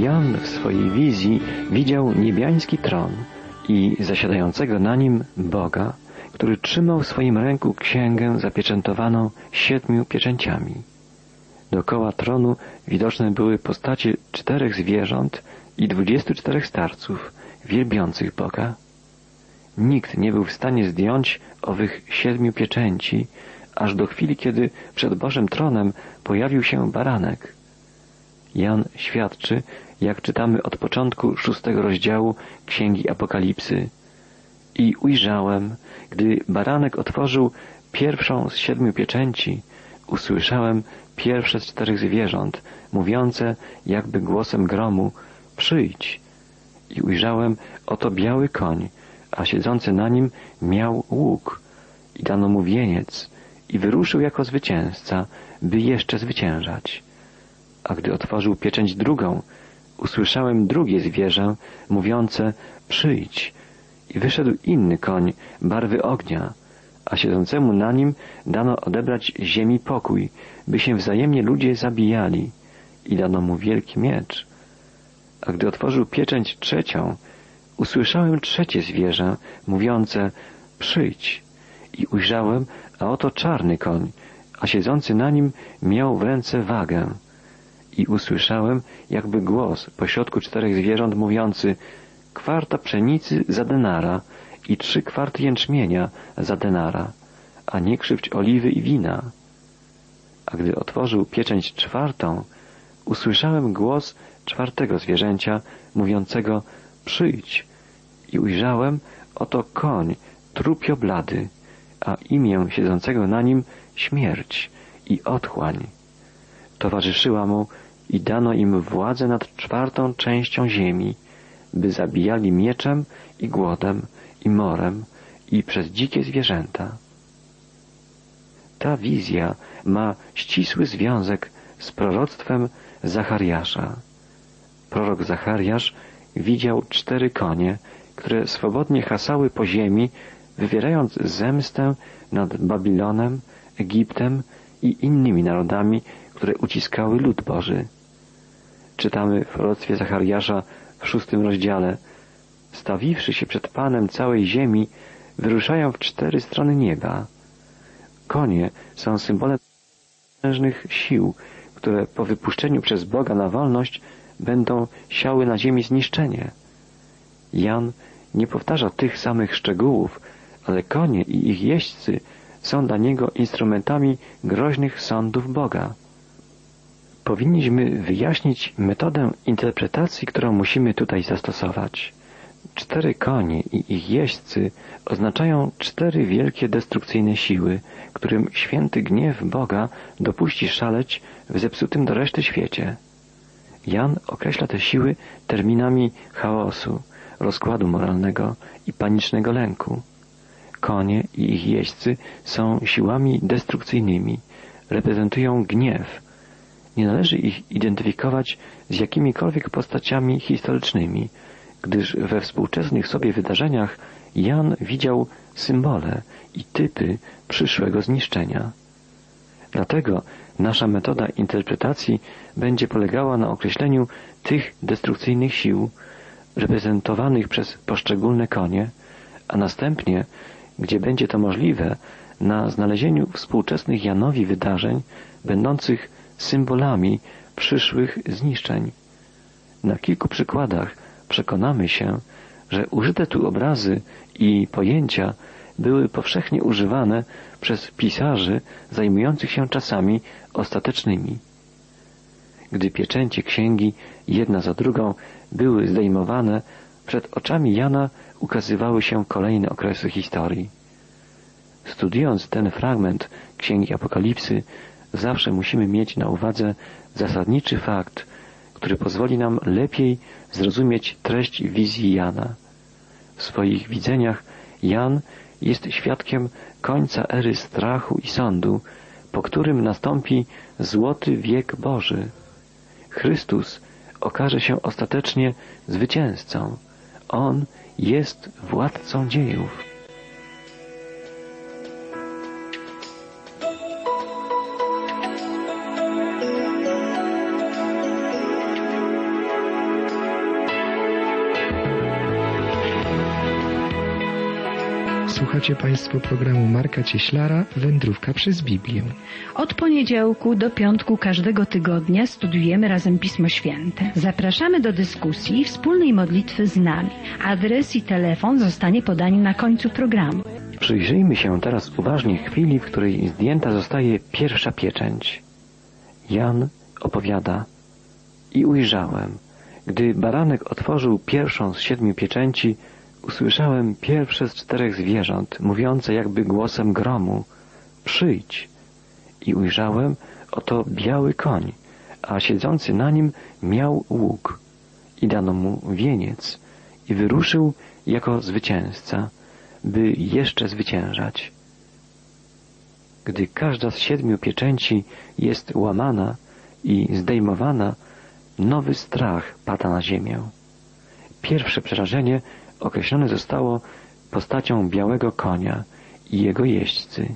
Jan w swojej wizji widział niebiański tron i zasiadającego na nim Boga, który trzymał w swoim ręku księgę zapieczętowaną 7 pieczęciami. Dookoła tronu widoczne były postacie 4 zwierząt i 24 starców wielbiących Boga. Nikt nie był w stanie zdjąć owych 7 pieczęci, aż do chwili, kiedy przed Bożym tronem pojawił się baranek. Jan świadczy, jak czytamy od początku 6 rozdziału Księgi Apokalipsy. I ujrzałem, gdy baranek otworzył pierwszą z 7 pieczęci, usłyszałem pierwsze z 4 zwierząt, mówiące jakby głosem gromu: przyjdź. I ujrzałem, oto biały koń, a siedzący na nim miał łuk. I dano mu wieniec, i wyruszył jako zwycięzca, by jeszcze zwyciężać. A gdy otworzył pieczęć drugą, usłyszałem drugie zwierzę, mówiące: przyjdź. I wyszedł inny koń, barwy ognia, a siedzącemu na nim dano odebrać ziemi pokój, by się wzajemnie ludzie zabijali. I dano mu wielki miecz. A gdy otworzył pieczęć trzecią, usłyszałem trzecie zwierzę, mówiące: przyjdź. I ujrzałem, a oto czarny koń, a siedzący na nim miał w ręce wagę. I usłyszałem jakby głos pośrodku 4 zwierząt mówiący: kwarta pszenicy za denara i 3 kwarty jęczmienia za denara, a nie krzywdź oliwy i wina. A gdy otworzył pieczęć czwartą, usłyszałem głos 4 zwierzęcia mówiącego: przyjdź. I ujrzałem, oto koń trupio blady, a imię siedzącego na nim śmierć i otchłań. Towarzyszyła mu i dano im władzę nad 4 częścią ziemi, by zabijali mieczem i głodem i morem i przez dzikie zwierzęta. Ta wizja ma ścisły związek z proroctwem Zachariasza. Prorok Zachariasz widział 4 konie, które swobodnie hasały po ziemi, wywierając zemstę nad Babilonem, Egiptem i innymi narodami, które uciskały lud Boży. Czytamy w proroctwie Zachariasza w 6 rozdziale: stawiwszy się przed Panem całej ziemi, wyruszają w 4 strony nieba. Konie są symbolem potężnych sił, które po wypuszczeniu przez Boga na wolność będą siały na ziemi zniszczenie. Jan nie powtarza tych samych szczegółów, ale konie i ich jeźdźcy są dla niego instrumentami groźnych sądów Boga. Powinniśmy wyjaśnić metodę interpretacji, którą musimy tutaj zastosować. 4 konie i ich jeźdźcy oznaczają 4 wielkie destrukcyjne siły, którym święty gniew Boga dopuści szaleć w zepsutym do reszty świecie. Jan określa te siły terminami chaosu, rozkładu moralnego i panicznego lęku. Konie i ich jeźdźcy są siłami destrukcyjnymi, reprezentują gniew. Nie należy ich identyfikować z jakimikolwiek postaciami historycznymi, gdyż we współczesnych sobie wydarzeniach Jan widział symbole i typy przyszłego zniszczenia. Dlatego nasza metoda interpretacji będzie polegała na określeniu tych destrukcyjnych sił reprezentowanych przez poszczególne konie, a następnie, gdzie będzie to możliwe, na znalezieniu współczesnych Janowi wydarzeń będących symbolami przyszłych zniszczeń. Na kilku przykładach przekonamy się, że użyte tu obrazy i pojęcia były powszechnie używane przez pisarzy zajmujących się czasami ostatecznymi. Gdy pieczęcie księgi jedna za drugą były zdejmowane, przed oczami Jana ukazywały się kolejne okresy historii. Studiując ten fragment Księgi Apokalipsy, zawsze musimy mieć na uwadze zasadniczy fakt, który pozwoli nam lepiej zrozumieć treść wizji Jana. W swoich widzeniach Jan jest świadkiem końca ery strachu i sądu, po którym nastąpi złoty wiek Boży. Chrystus okaże się ostatecznie zwycięzcą. On jest władcą dziejów. Słuchacie Państwo programu Marka Cieślara Wędrówka przez Biblię. Od poniedziałku do piątku każdego tygodnia studiujemy razem Pismo Święte. Zapraszamy do dyskusji i wspólnej modlitwy z nami. Adres i telefon zostanie podany na końcu programu. Przyjrzyjmy się teraz uważnie chwili, w której zdjęta zostaje pierwsza pieczęć. Jan opowiada: i ujrzałem, gdy baranek otworzył pierwszą z 7 pieczęci, usłyszałem pierwsze z 4 zwierząt, mówiące jakby głosem gromu: przyjdź. I ujrzałem, oto biały koń, a siedzący na nim miał łuk. I dano mu wieniec, i wyruszył jako zwycięzca, by jeszcze zwyciężać. Gdy każda z 7 pieczęci jest łamana i zdejmowana, nowy strach pada na ziemię. Pierwsze przerażenie określone zostało postacią białego konia i jego jeźdźcy.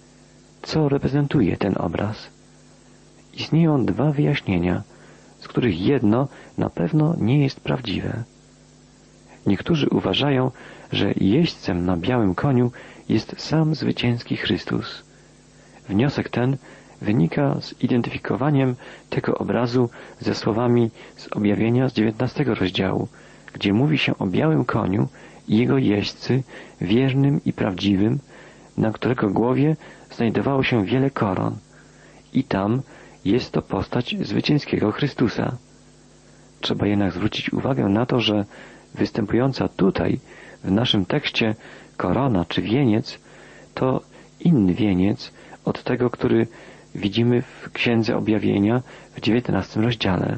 Co reprezentuje ten obraz? Istnieją 2 wyjaśnienia, z których jedno na pewno nie jest prawdziwe. Niektórzy uważają, że jeźdźcem na białym koniu jest sam zwycięski Chrystus. Wniosek ten wynika z identyfikowaniem tego obrazu ze słowami z Objawienia z 19 rozdziału, gdzie mówi się o białym koniu i jego jeźdźcy, wiernym i prawdziwym, na którego głowie znajdowało się wiele koron. I tam jest to postać zwycięskiego Chrystusa. Trzeba jednak zwrócić uwagę na to, że występująca tutaj w naszym tekście korona czy wieniec to inny wieniec od tego, który widzimy w Księdze Objawienia w 19 rozdziale.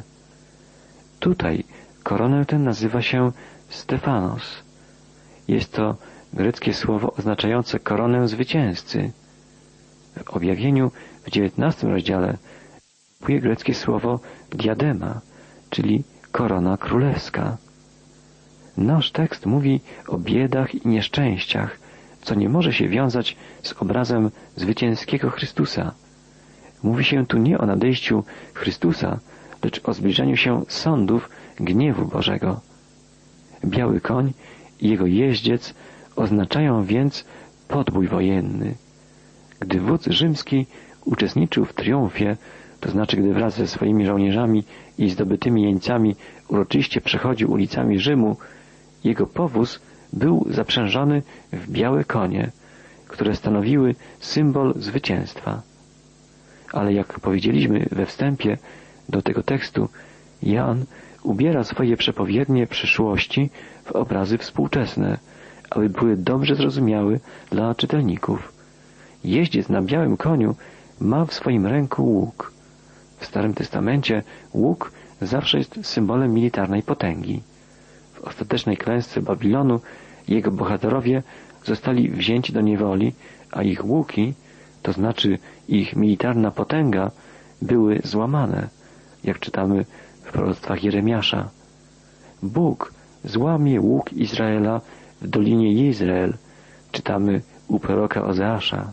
Tutaj koronę tę nazywa się Stefanos. Jest to greckie słowo oznaczające koronę zwycięzcy. W Objawieniu w 19 rozdziale pojawia greckie słowo diadema, czyli korona królewska. Nasz tekst mówi o biedach i nieszczęściach, co nie może się wiązać z obrazem zwycięskiego Chrystusa. Mówi się tu nie o nadejściu Chrystusa, lecz o zbliżeniu się sądów gniewu Bożego. Biały koń i jego jeździec oznaczają więc podbój wojenny. Gdy wódz rzymski uczestniczył w triumfie, to znaczy gdy wraz ze swoimi żołnierzami i zdobytymi jeńcami uroczyście przechodził ulicami Rzymu, jego powóz był zaprzężony w białe konie, które stanowiły symbol zwycięstwa. Ale jak powiedzieliśmy we wstępie do tego tekstu, Jan ubiera swoje przepowiednie przyszłości w obrazy współczesne, aby były dobrze zrozumiałe dla czytelników. Jeździec na białym koniu ma w swoim ręku łuk. W Starym Testamencie łuk zawsze jest symbolem militarnej potęgi. W ostatecznej klęsce Babilonu jego bohaterowie zostali wzięci do niewoli, a ich łuki, to znaczy ich militarna potęga, były złamane, jak czytamy w proroctwach Jeremiasza. Bóg złamie łuk Izraela w dolinie Jezreel, czytamy u proroka Ozeasza.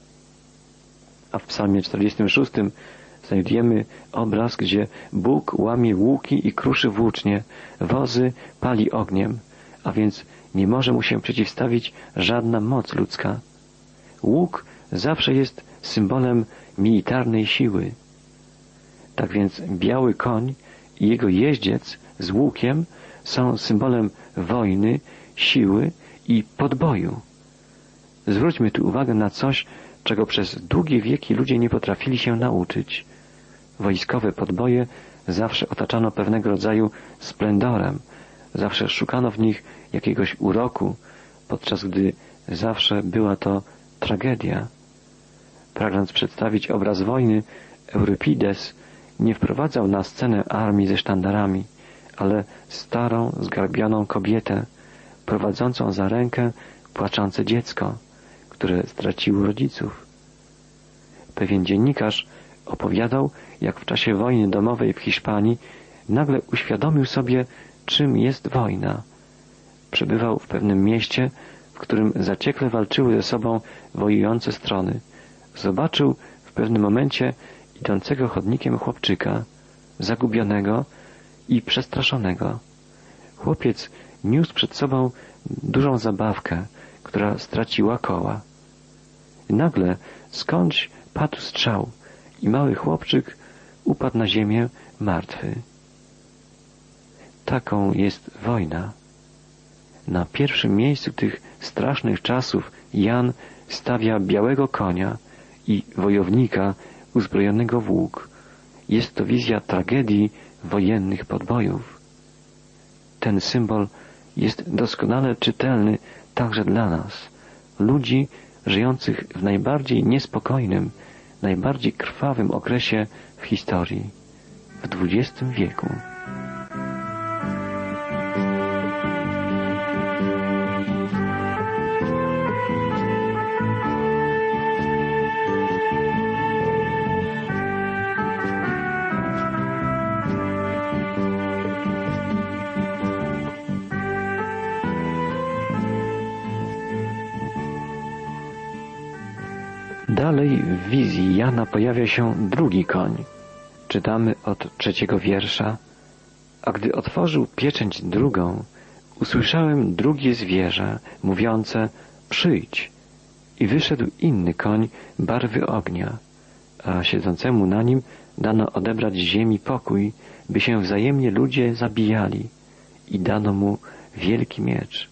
A w psalmie 46 znajdujemy obraz, gdzie Bóg łamie łuki i kruszy włócznie, wozy pali ogniem, a więc nie może mu się przeciwstawić żadna moc ludzka. Łuk zawsze jest symbolem militarnej siły. Tak więc biały koń i jego jeździec z łukiem są symbolem wojny, siły i podboju. Zwróćmy tu uwagę na coś, czego przez długie wieki ludzie nie potrafili się nauczyć. Wojskowe podboje zawsze otaczano pewnego rodzaju splendorem, zawsze szukano w nich jakiegoś uroku, podczas gdy zawsze była to tragedia. Pragnąc przedstawić obraz wojny, Eurypides nie wprowadzał na scenę armii ze sztandarami, ale starą, zgarbioną kobietę, prowadzącą za rękę płaczące dziecko, które straciło rodziców. Pewien dziennikarz opowiadał, jak w czasie wojny domowej w Hiszpanii nagle uświadomił sobie, czym jest wojna. Przebywał w pewnym mieście, w którym zaciekle walczyły ze sobą wojujące strony. Zobaczył w pewnym momencie idącego chodnikiem chłopczyka, zagubionego i przestraszonego. Chłopiec niósł przed sobą dużą zabawkę, która straciła koła. Nagle skądś padł strzał i mały chłopczyk upadł na ziemię martwy. Taką jest wojna. Na pierwszym miejscu tych strasznych czasów Jan stawia białego konia i wojownika uzbrojonego w łuk. Jest to wizja tragedii wojennych podbojów. Ten symbol jest doskonale czytelny także dla nas, ludzi żyjących w najbardziej niespokojnym, najbardziej krwawym okresie w historii, w XX wieku. Dalej w wizji Jana pojawia się drugi koń. Czytamy od 3 wiersza. A gdy otworzył pieczęć drugą, usłyszałem drugie zwierzę, mówiące: przyjdź. I wyszedł inny koń barwy ognia, a siedzącemu na nim dano odebrać z ziemi pokój, by się wzajemnie ludzie zabijali, i dano mu wielki miecz.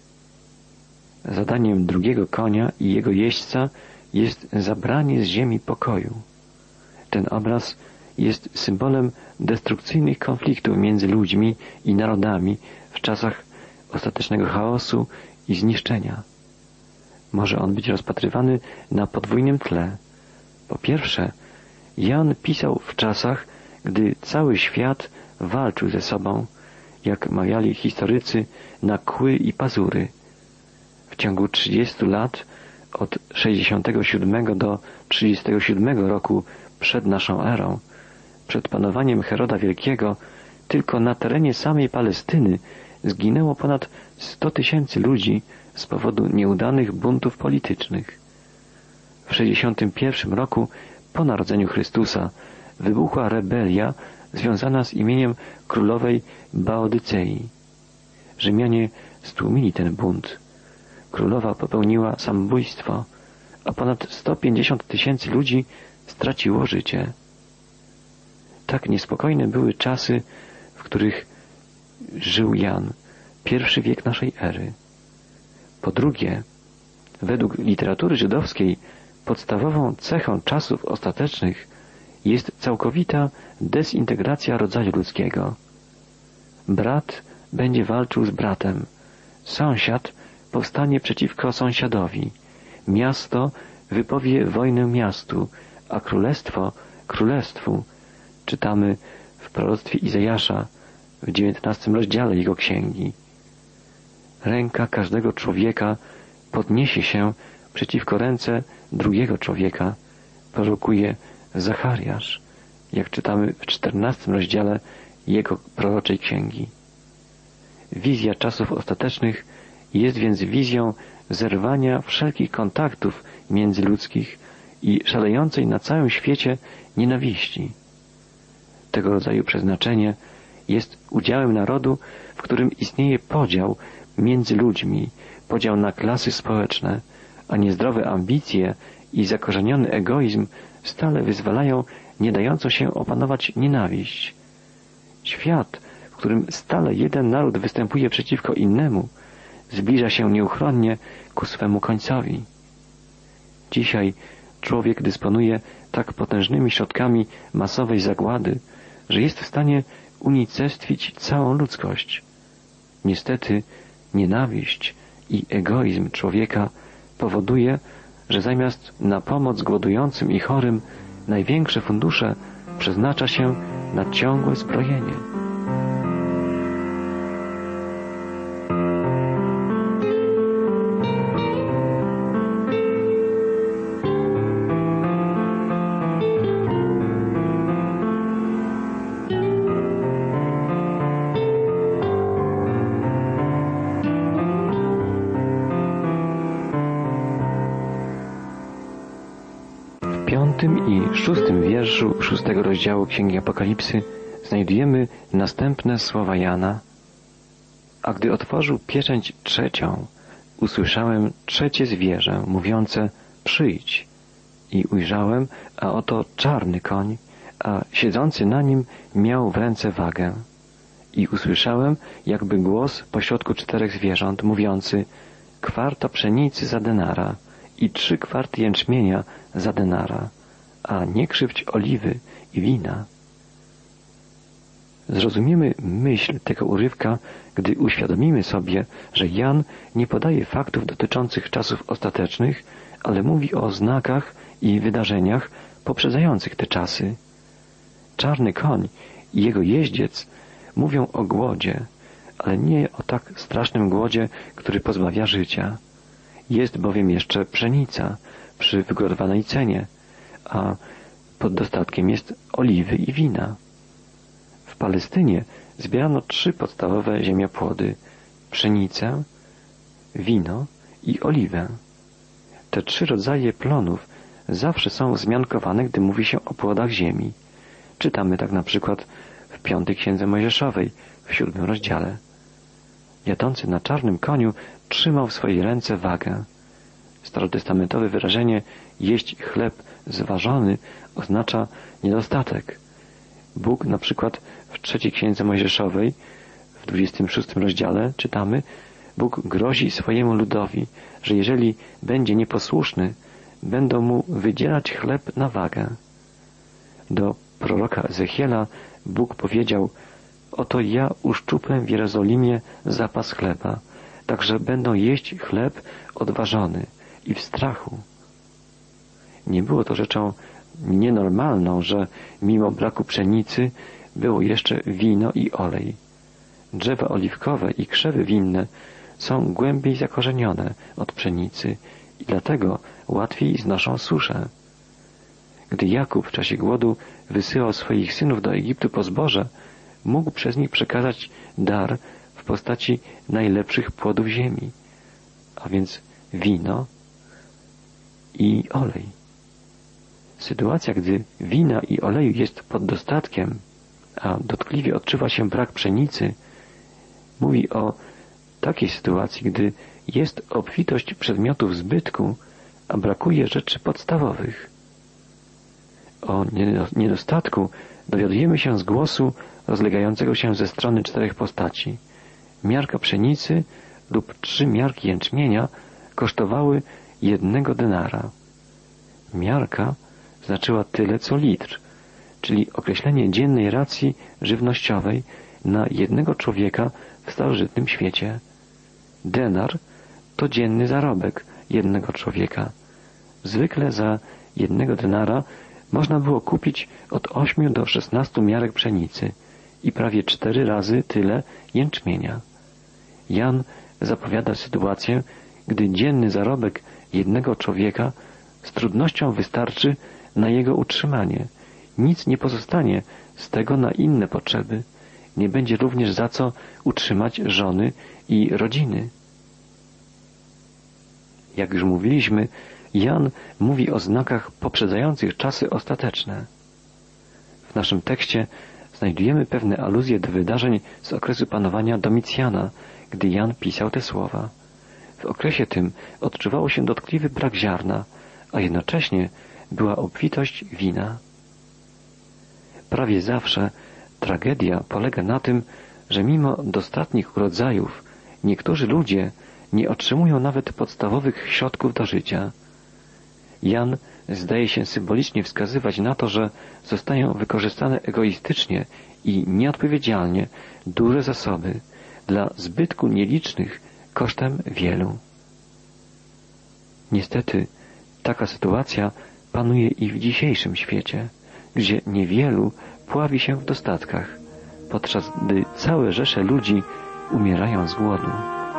Zadaniem drugiego konia i jego jeźdźca jest zabranie z ziemi pokoju. Ten obraz jest symbolem destrukcyjnych konfliktów między ludźmi i narodami w czasach ostatecznego chaosu i zniszczenia. Może on być rozpatrywany na podwójnym tle. Po pierwsze, Jan pisał w czasach, gdy cały świat walczył ze sobą, jak mawiali historycy, na kły i pazury. W ciągu 30 lat, od 67 do 37 roku przed naszą erą, przed panowaniem Heroda Wielkiego, tylko na terenie samej Palestyny zginęło ponad 100 000 ludzi z powodu nieudanych buntów politycznych. W 61 roku po narodzeniu Chrystusa wybuchła rebelia związana z imieniem królowej Boadycei. Rzymianie stłumili ten bunt. Królowa popełniła samobójstwo, a ponad 150 000 ludzi straciło życie. Tak niespokojne były czasy, w których żył Jan, pierwszy wiek naszej ery. Po drugie, według literatury żydowskiej podstawową cechą czasów ostatecznych jest całkowita dezintegracja rodzaju ludzkiego. Brat będzie walczył z bratem, sąsiad powstanie przeciwko sąsiadowi, miasto wypowie wojnę miastu, a królestwo królestwu. Czytamy w proroctwie Izajasza w 19 rozdziale jego księgi. Ręka każdego człowieka podniesie się przeciwko ręce drugiego człowieka, prorokuje Zachariasz, jak czytamy w 14 rozdziale jego proroczej księgi. Wizja czasów ostatecznych jest więc wizją zerwania wszelkich kontaktów międzyludzkich i szalejącej na całym świecie nienawiści. Tego rodzaju przeznaczenie jest udziałem narodu, w którym istnieje podział między ludźmi, podział na klasy społeczne, a niezdrowe ambicje i zakorzeniony egoizm stale wyzwalają nie dającą się opanować nienawiść. Świat, w którym stale jeden naród występuje przeciwko innemu, zbliża się nieuchronnie ku swemu końcowi. Dzisiaj człowiek dysponuje tak potężnymi środkami masowej zagłady, że jest w stanie unicestwić całą ludzkość. Niestety nienawiść i egoizm człowieka powoduje, że zamiast na pomoc głodującym i chorym największe fundusze przeznacza się na ciągłe zbrojenie. W 5. i 6. wierszu 6 rozdziału Księgi Apokalipsy znajdujemy następne słowa Jana. A gdy otworzył pieczęć trzecią, usłyszałem trzecie zwierzę, mówiące: przyjdź. I ujrzałem, a oto czarny koń, a siedzący na nim miał w ręce wagę. I usłyszałem jakby głos pośrodku 4 zwierząt, mówiący: kwarta pszenicy za denara i 3 kwarty jęczmienia za denara, a nie krzywdź oliwy i wina. Zrozumiemy myśl tego urywka, gdy uświadomimy sobie, że Jan nie podaje faktów dotyczących czasów ostatecznych, ale mówi o znakach i wydarzeniach poprzedzających te czasy. Czarny koń i jego jeździec mówią o głodzie, ale nie o tak strasznym głodzie, który pozbawia życia. Jest bowiem jeszcze pszenica przy wygórowanej cenie, a pod dostatkiem jest oliwy i wina. W Palestynie zbierano 3 podstawowe ziemiopłody: pszenicę, wino i oliwę. Te 3 rodzaje plonów zawsze są wzmiankowane, gdy mówi się o płodach ziemi. Czytamy tak na przykład w 5 Księdze Mojżeszowej, w 7 rozdziale. Jadący na czarnym koniu trzymał w swojej ręce wagę. Starotestamentowe wyrażenie jeść chleb zważony oznacza niedostatek. Bóg na przykład w 3 Księdze Mojżeszowej, w 26 rozdziale czytamy: Bóg grozi swojemu ludowi, że jeżeli będzie nieposłuszny, będą mu wydzielać chleb na wagę. Do proroka Ezechiela Bóg powiedział: oto ja uszczuplę w Jerozolimie zapas chleba, tak że będą jeść chleb odważony i w strachu. Nie było to rzeczą nienormalną, że mimo braku pszenicy było jeszcze wino i olej. Drzewa oliwkowe i krzewy winne są głębiej zakorzenione od pszenicy i dlatego łatwiej znoszą suszę. Gdy Jakub w czasie głodu wysyłał swoich synów do Egiptu po zboże, mógł przez nich przekazać dar w postaci najlepszych płodów ziemi, a więc wino i olej. Sytuacja, gdy wina i oleju jest pod dostatkiem, a dotkliwie odczuwa się brak pszenicy, mówi o takiej sytuacji, gdy jest obfitość przedmiotów zbytku, a brakuje rzeczy podstawowych. O niedostatku dowiadujemy się z głosu rozlegającego się ze strony 4 postaci. Miarka pszenicy lub 3 miarki jęczmienia kosztowały 1 denara. Miarka znaczyła tyle co litr, czyli określenie dziennej racji żywnościowej na 1 człowieka w starożytnym świecie. Denar to dzienny zarobek 1 człowieka. Zwykle za 1 denara można było kupić od 8 do 16 miarek pszenicy i prawie 4 razy tyle jęczmienia. Jan zapowiada sytuację, gdy dzienny zarobek 1 człowieka z trudnością wystarczy na jego utrzymanie. Nic nie pozostanie z tego na inne potrzeby. Nie będzie również za co utrzymać żony i rodziny. Jak już mówiliśmy, Jan mówi o znakach poprzedzających czasy ostateczne. W naszym tekście znajdujemy pewne aluzje do wydarzeń z okresu panowania Domicjana, gdy Jan pisał te słowa. W okresie tym odczuwało się dotkliwy brak ziarna, a jednocześnie była obfitość wina. Prawie zawsze tragedia polega na tym, że mimo dostatnich rodzajów niektórzy ludzie nie otrzymują nawet podstawowych środków do życia. Jan zdaje się symbolicznie wskazywać na to, że zostają wykorzystane egoistycznie i nieodpowiedzialnie duże zasoby dla zbytku nielicznych kosztem wielu. Niestety taka sytuacja panuje i w dzisiejszym świecie, gdzie niewielu pławi się w dostatkach, podczas gdy całe rzesze ludzi umierają z głodu.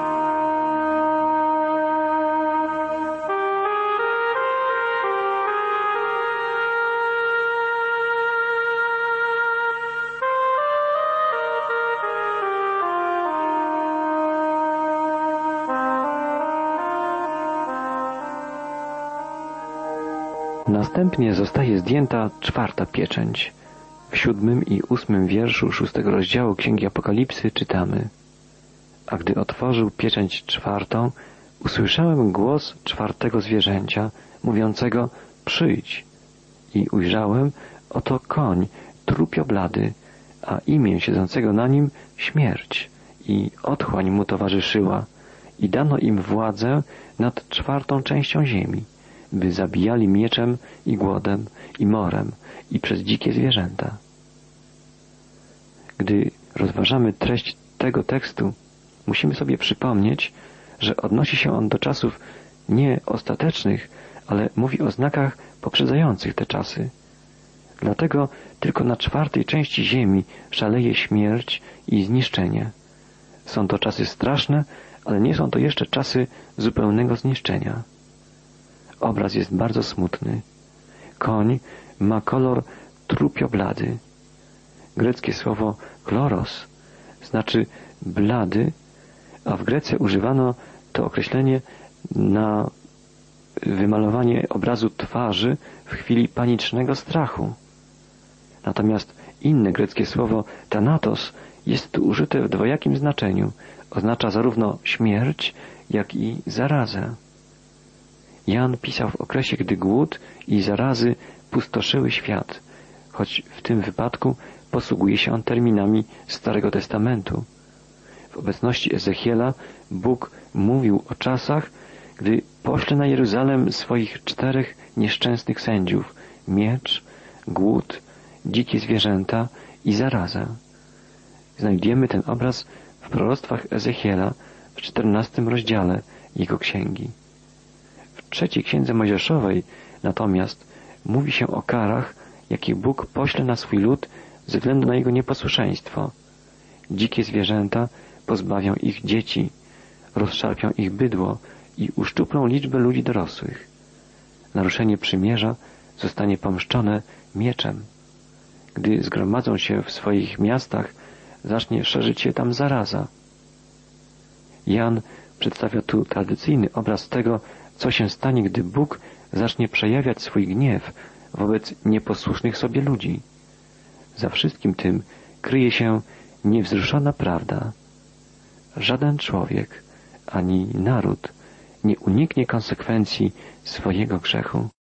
Następnie zostaje zdjęta 4. pieczęć. W 7. i 8. wierszu 6. rozdziału Księgi Apokalipsy czytamy: A gdy otworzył pieczęć 4, usłyszałem głos czwartego zwierzęcia, mówiącego: przyjdź. I ujrzałem, oto koń, trupio-blady, a imię siedzącego na nim śmierć. I otchłań mu towarzyszyła. I dano im władzę nad czwartą częścią ziemi, by zabijali mieczem i głodem i morem i przez dzikie zwierzęta. Gdy rozważamy treść tego tekstu, musimy sobie przypomnieć, że odnosi się on do czasów nie ostatecznych, ale mówi o znakach poprzedzających te czasy. Dlatego tylko na czwartej części ziemi szaleje śmierć i zniszczenie. Są to czasy straszne, ale nie są to jeszcze czasy zupełnego zniszczenia. Obraz jest bardzo smutny. Koń ma kolor trupio-blady. Greckie słowo chloros znaczy blady, a w Grece używano to określenie na wymalowanie obrazu twarzy w chwili panicznego strachu. Natomiast inne greckie słowo thanatos jest tu użyte w dwojakim znaczeniu. Oznacza zarówno śmierć, jak i zarazę. Jan pisał w okresie, gdy głód i zarazy pustoszyły świat, choć w tym wypadku posługuje się on terminami Starego Testamentu. W obecności Ezechiela Bóg mówił o czasach, gdy pośle na Jeruzalem swoich 4 nieszczęsnych sędziów: miecz, głód, dzikie zwierzęta i zarazę. Znajdziemy ten obraz w proroctwach Ezechiela w 14 rozdziale jego księgi. W 3 księdze Mojżeszowej natomiast mówi się o karach, jakie Bóg pośle na swój lud ze względu na jego nieposłuszeństwo. Dzikie zwierzęta pozbawią ich dzieci, rozszarpią ich bydło i uszczuplą liczbę ludzi dorosłych. Naruszenie przymierza zostanie pomszczone mieczem. Gdy zgromadzą się w swoich miastach, zacznie szerzyć się tam zaraza. Jan przedstawia tu tradycyjny obraz tego, co się stanie, gdy Bóg zacznie przejawiać swój gniew wobec nieposłusznych sobie ludzi. Za wszystkim tym kryje się niewzruszona prawda. Żaden człowiek ani naród nie uniknie konsekwencji swojego grzechu.